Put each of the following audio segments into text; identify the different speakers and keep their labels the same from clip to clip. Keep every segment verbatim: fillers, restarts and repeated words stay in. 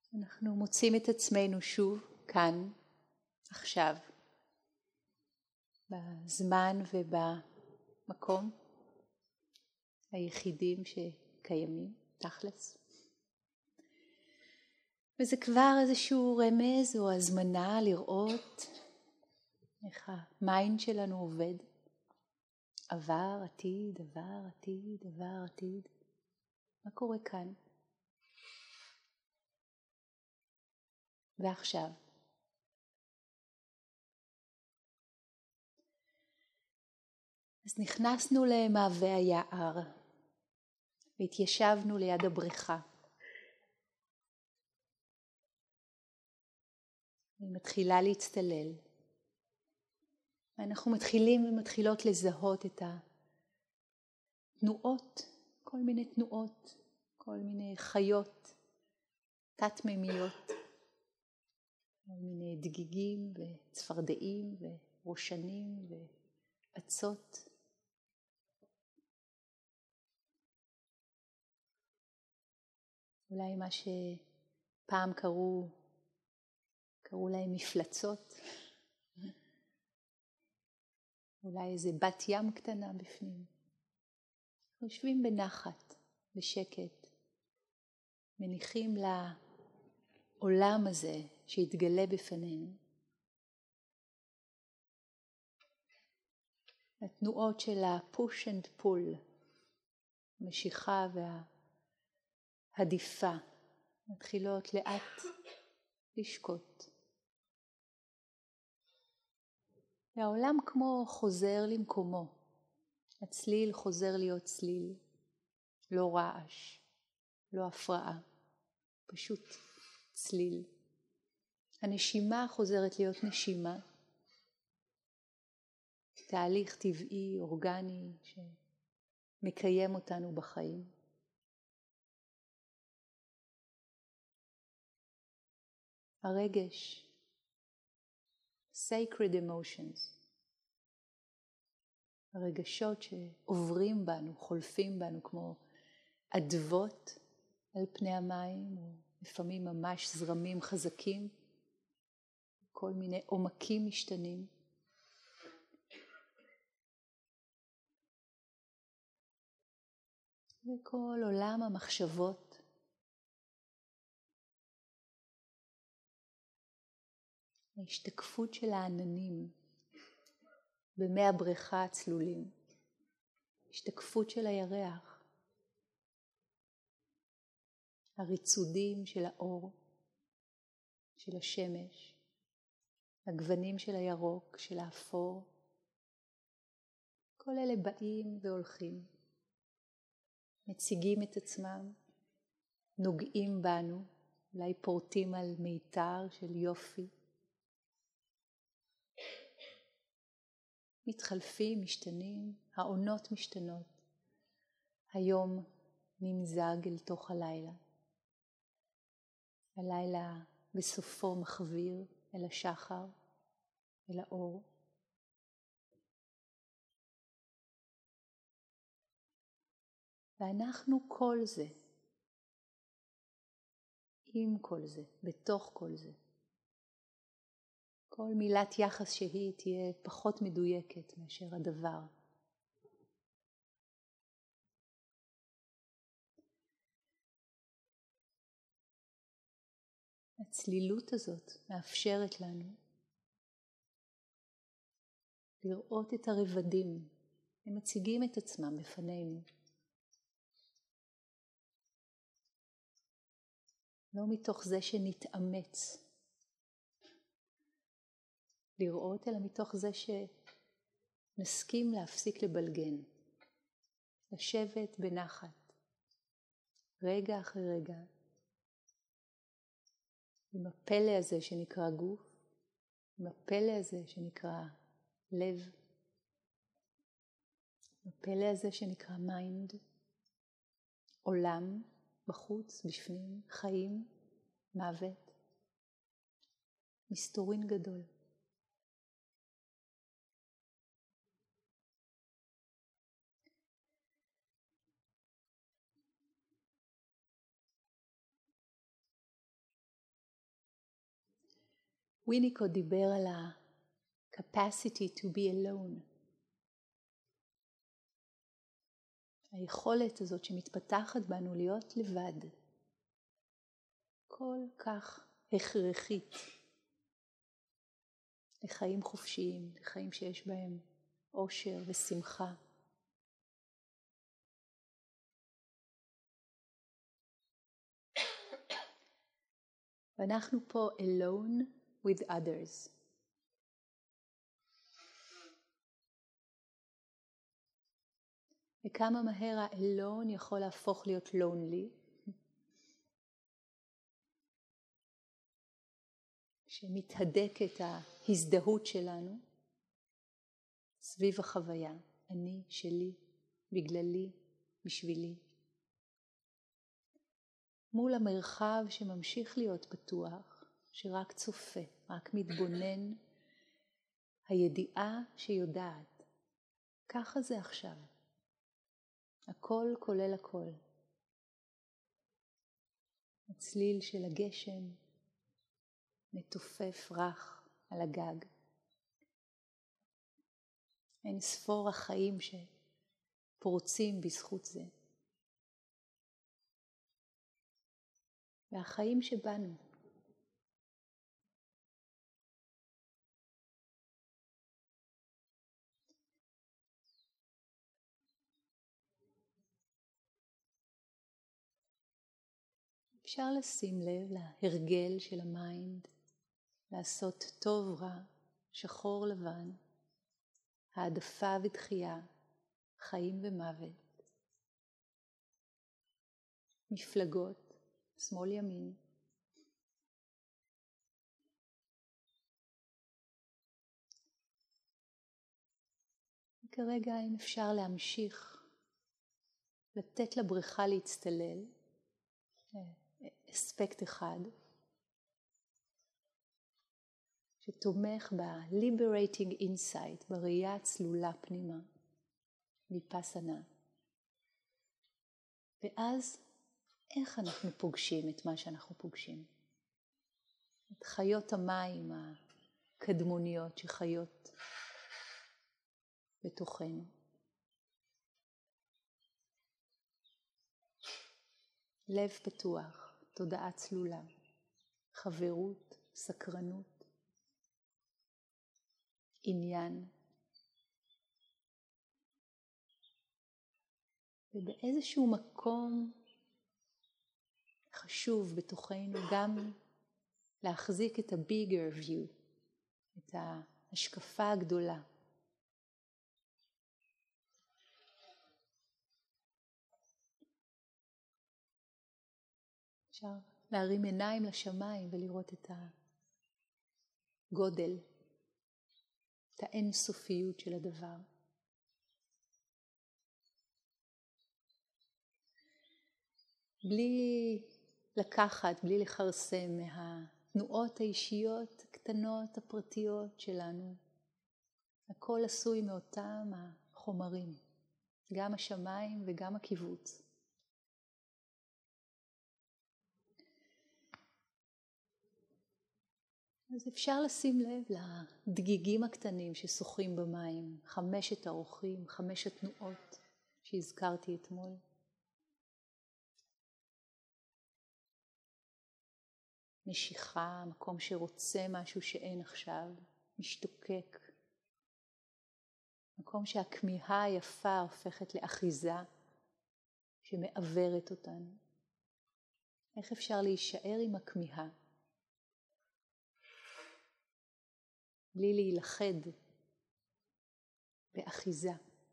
Speaker 1: אנחנו מוצאים את עצמנו שוב כאן, עכשיו, בזמן ובמקום היחידים שקיימים, תכלס. וזה כבר איזשהו רמז או הזמנה לראות איך המיינד שלנו עובד. עבר, עתיד, עבר, עתיד, עבר, עתיד. מה קורה כאן? ועכשיו. אז נכנסנו למעבה היער והתיישבנו ליד הבריכה. היא מתחילה להצטלל. ואנחנו מתחילים ומתחילות לזהות את התנועות, כל מיני תנועות, כל מיני חיות, תת-מימיות, כל מיני דגיגים וצפרדעים וראשנים ועצות. אולי מה שפעם קראו, קראו להם מפלצות. אולי איזה בת ים קטנה בפנים. אנחנו יושבים בנחת, בשקט, מניחים לעולם הזה שהתגלה בפנינו. התנועות של ה-push and pull, משיכה וההדיפה, מתחילות לאט לשקוט. והעולם כמו חוזר למקומו. הצליל חוזר להיות צליל, לא רעש, לא הפרעה, פשוט צליל. הנשימה חוזרת להיות נשימה, תהליך טבעי, אורגני, שמקיים אותנו בחיים. הרגש, sacred emotions, הרגשות שעוברים בנו, חולפים בנו כמו אדוות על פני המים, או לפעמים ממש זרמים חזקים, כל מיני עומקים משתנים. וכל עולם המחשבות, ההשתקפות של העננים במי הבריכה הצלולים, השתקפות של הירח, הריצודים של האור, של השמש, הגוונים של הירוק, של האפור, כל אלה באים והולכים, מציגים את עצמם, נוגעים בנו, אולי פורטים על מיתר של יופי, מתחלפים, משתנים, העונות משתנות. היום נמזג אל תוך הלילה. הלילה בסופו מחוויר אל השחר, אל האור. ואנחנו כל זה, עם כל זה, בתוך כל זה. כל מילת יחס שהיא תהיה פחות מדויקת מאשר הדבר. הצלילות הזאת מאפשרת לנו לראות את הרבדים, הם מציגים את עצמם בפנינו. לא מתוך זה שנתאמץ לראות, אלא מתוך זה שנסכים להפסיק לבלגן, לשבת בנחת, רגע אחרי רגע, עם הפלא הזה שנקרא גוף, עם הפלא הזה שנקרא לב, עם הפלא הזה שנקרא מיינד, עולם, בחוץ, בפנים, חיים, מוות, מסתורין גדול. וויניקוט דיבר על ה-capacity to be alone. היכולת הזאת שמתפתחת בנו להיות לבד. כל כך הכרחית. לחיים חופשיים, לחיים שיש בהם אושר ושמחה. ואנחנו פה alone with others. וכמה מהר ה-alone יכול להפוך להיות lonely. שמתהדקת ההזדהות שלנו סביב החוויה. אני, שלי, בגללי, בשבילי. מול המרחב שממשיך להיות פתוח, שרק צופה, רק מתבונן, הידיעה שיודעת. ככה זה עכשיו. הכל כולל הכל. הצליל של הגשם מתופף רך על הגג. אין ספור החיים שפורצים בזכות זה. והחיים שבנו. אפשר לשים לב להרגל של המיינד, לעשות טוב רע, שחור לבן, העדפה ודחייה, חיים ומוות, מפלגות, שמאל ימין. כרגע אם אפשר להמשיך, לתת לבריכה להצטלל, אספקט אחד, שתומך ב-liberating insight, בראייה הצלולה פנימה, ויפאסנה. ואז איך אנחנו פוגשים את מה שאנחנו פוגשים? את חיות המים הקדמוניות שחיות בתוכנו. לב פתוח, תודעה צלולה, חברות, סקרנות, עניין. ובאיזשהו מקום חשוב בתוכנו גם להחזיק את ה-bigger view, את ההשקפה הגדולה. אפשר להרים עיניים לשמיים ולראות את הגודל, את האינסופיות של הדבר. בלי לקחת, בלי לחרסם מהתנועות האישיות הקטנות, הפרטיות שלנו. הכל עשוי מאותם החומרים, גם השמיים וגם הקיבוץ. אז אפשר לשים לב לדגיגים הקטנים ששוחים במים, חמשת האורחים, חמש התנועות שהזכרתי אתמול. משיכה, מקום שרוצה משהו שאין עכשיו, משתוקק. מקום שהכמיהה היפה הופכת לאחיזה שמעברת אותנו. איך אפשר להישאר עם הכמיהה? בלי להילחד באחיזה.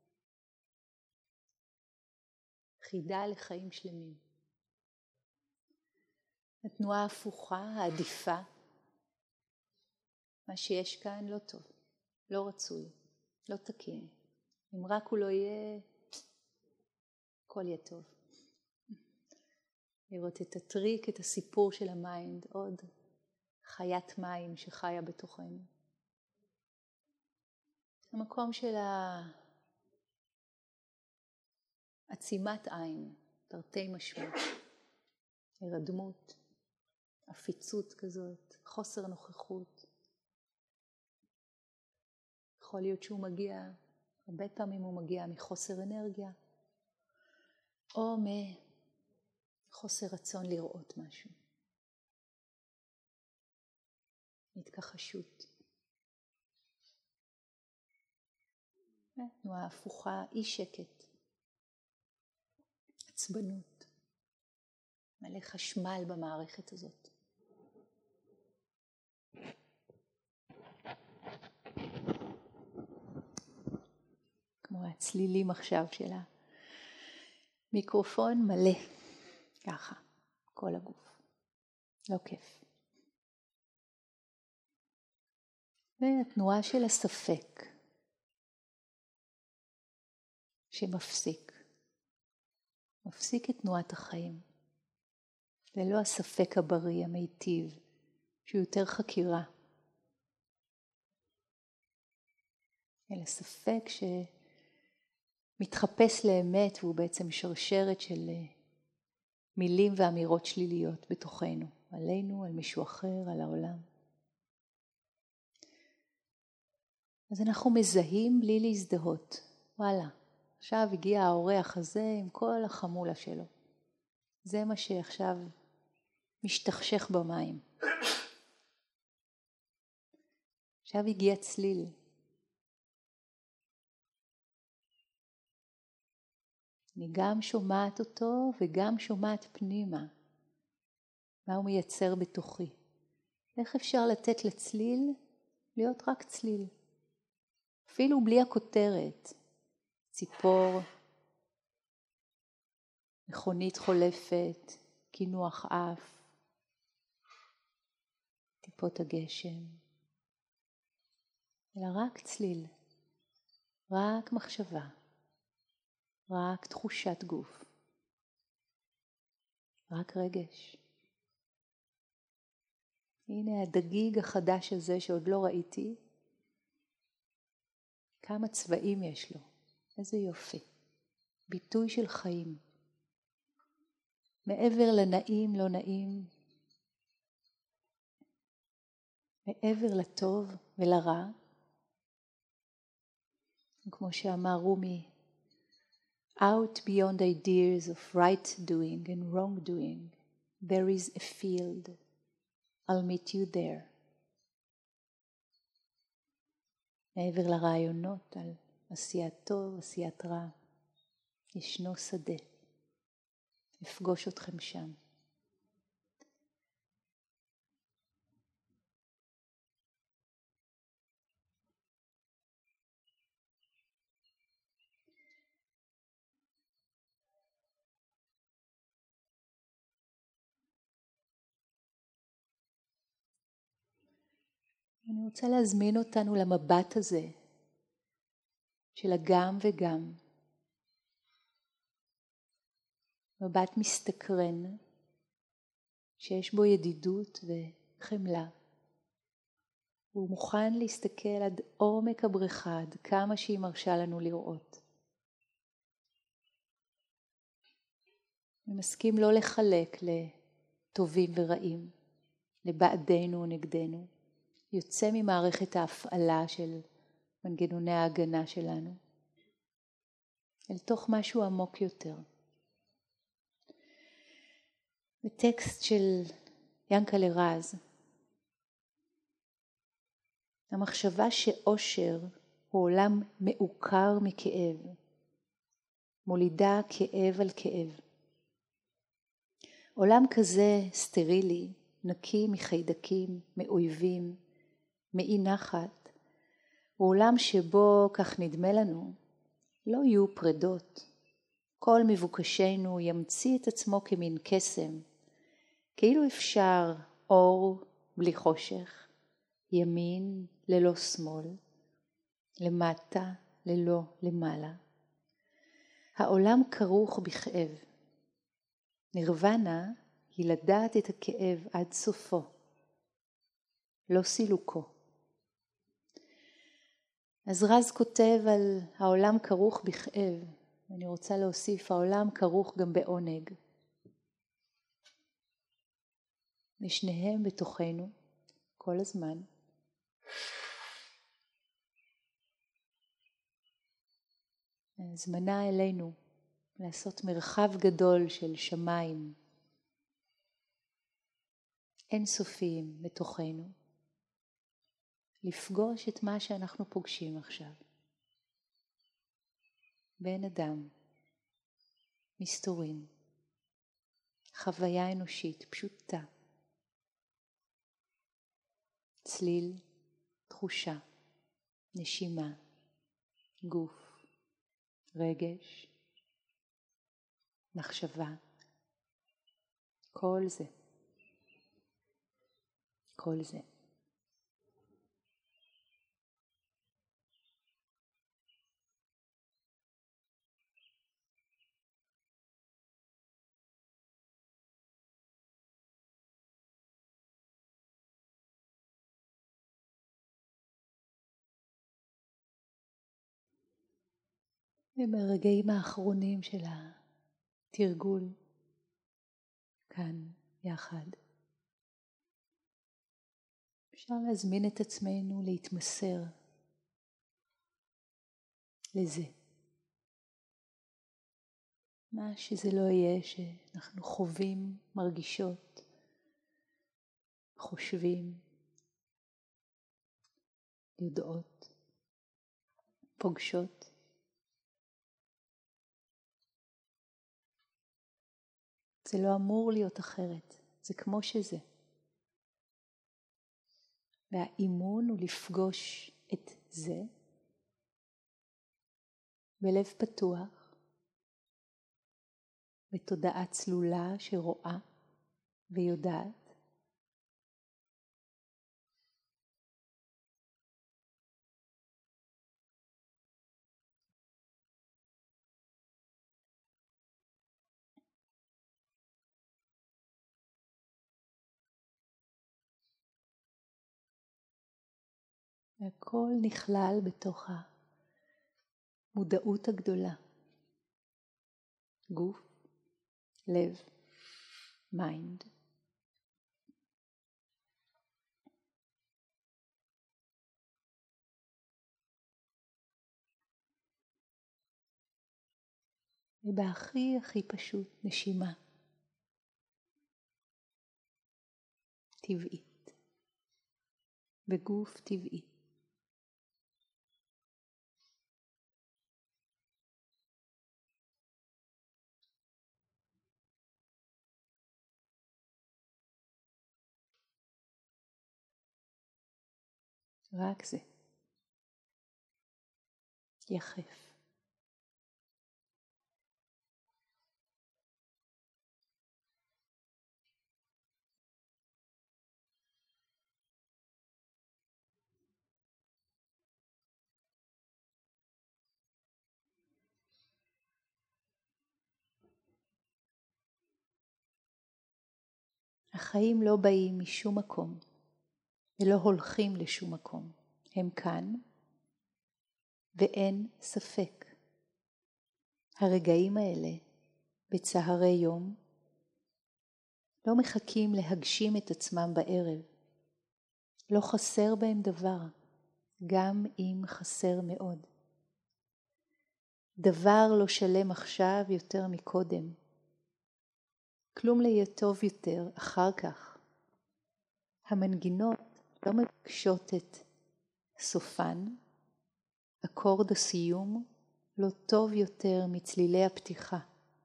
Speaker 1: חידה לחיים שלמים. התנועה ההפוכה, העדיפה, מה שיש כאן לא טוב, לא רצוי, לא תקין. אם רק הוא לא יהיה, הכל יהיה טוב. לראות את הטריק, את הסיפור של המיינד, עוד חיית מים שחיה בתוכנו. המקום של עצימת עין, תרתי משמעות, הרדמות, עפיצות כזאת, חוסר נוכחות, יכול להיות שהוא מגיע, הרבה פעמים הוא מגיע מחוסר אנרגיה, או מחוסר רצון לראות משהו. התכחשות. תנועה הפוכה, אי שקט. עצבנות. מלא חשמל במערכת הזאת. כמו הצלילים עכשיו של המיקרופון מלא. ככה, כל הגוף. לא כיף. והתנועה של הספק. שמפסיק. מפסיק את תנועת החיים. זה לא הספק הבריא, המיטיב, שהוא יותר חקירה. אלא ספק שמתחפש לאמת, והוא בעצם שרשרת של מילים ואמירות שליליות בתוכנו. עלינו, על מישהו אחר, על העולם. אז אנחנו מזהים בלי להזדהות. וואלה, עכשיו הגיע האורח הזה עם כל החמולה שלו. זה מה שעכשיו משתכשך במים. עכשיו הגיע צליל. אני גם שומעת אותו וגם שומעת פנימה. מה הוא מייצר בתוכי. איך אפשר לתת לצליל להיות רק צליל? אפילו בלי הכותרת. ציפור, מכונית חולפת, קינוח אף, טיפות הגשם. אלא רק צליל, רק מחשבה, רק תחושת גוף, רק רגש. הנה הדגיג החדש הזה שעוד לא ראיתי, כמה צבעים יש לו, איזה יופי, ביטוי של חיים. מעבר לנעים, לא נעים, מעבר לטוב ולרע, כמו שאמר רומי, out beyond ideas of right doing and wrong doing, there is a field, I'll meet you there. מעבר לרעיונות על עשיית טוב, עשיית רע, ישנו שדה. אפגוש אתכם שם. אני רוצה להזמין אותנו למבט הזה של הגם וגם. מבט מסתקרן שיש בו ידידות וחמלה. הוא מוכן להסתכל עד עומק הבריכה, עד כמה שהיא מרשה לנו לראות. אני מסכים לא לחלק לטובים ורעים, לבעדנו או נגדנו. יוצא ממערכת ההפעלה של מנגנוני ההגנה שלנו, אל תוך משהו עמוק יותר. בטקסט של ינקלה רז, המחשבה שאושר הוא עולם מעוקר מכאב, מולידה כאב על כאב. עולם כזה סטרילי, נקי מחיידקים, מאויבים, מאי נחת, הוא עולם שבו, כך נדמה לנו, לא יהיו פרדות. כל מבוקשנו ימציא את עצמו כמין קסם, כאילו אפשר אור בלי חושך, ימין ללא שמאל, למטה ללא למעלה. העולם כרוך בכאב. נירוונה היא לדעת את הכאב עד סופו, לא סילוקו. אז רז כותב על העולם כרוך בכאב, אני רוצה להוסיף, העולם כרוך גם בעונג. ושניהם בתוכנו כל הזמן. הזמנה אלינו לעשות מרחב גדול של שמיים אינסופיים בתוכנו, לפגוש את מה שאנחנו פוגשים עכשיו. בן אדם, מסתורין, חוויה אנושית פשוטה, צליל, תחושה, נשימה, גוף, רגש, מחשבה, כל זה, כל זה. וברגעים האחרונים של התרגול כאן יחד, אפשר להזמין את עצמנו להתמסר לזה. מה שזה לא יהיה שאנחנו חווים, מרגישות, חושבים, יודעות, פוגשות. זה לא אמור להיות אחרת, זה כמו שזה. והאימון הוא לפגוש את זה בלב פתוח, בתודעה צלולה שרואה ויודעת. והכל נכלל בתוך המודעות הגדולה. גוף, לב, מיינד. ובהכי הכי פשוט נשימה. טבעית. בגוף טבעי. רק זה. יחף. החיים לא באים משום מקום, ולא הולכים לשום מקום. הם כאן, ואין ספק. הרגעים האלה, בצהרי יום, לא מחכים להגשים את עצמם בערב. לא חסר בהם דבר, גם אם חסר מאוד. דבר לא שלם עכשיו יותר מקודם. כלום לא יהיה טוב יותר אחר כך. המנגינות לא מבקשות את סופן. אקורד הסיום לא טוב יותר מצלילי הפתיחה.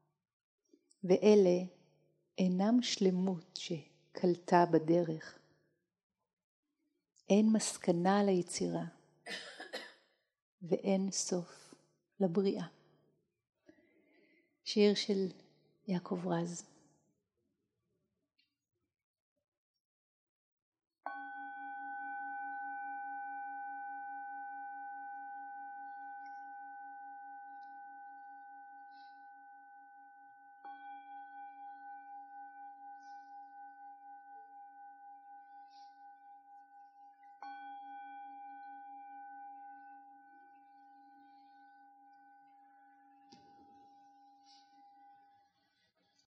Speaker 1: ואלה אינם שלמות שקלטה בדרך. אין מסקנה ליצירה ואין סוף לבריאה. שיר של יעקב רז.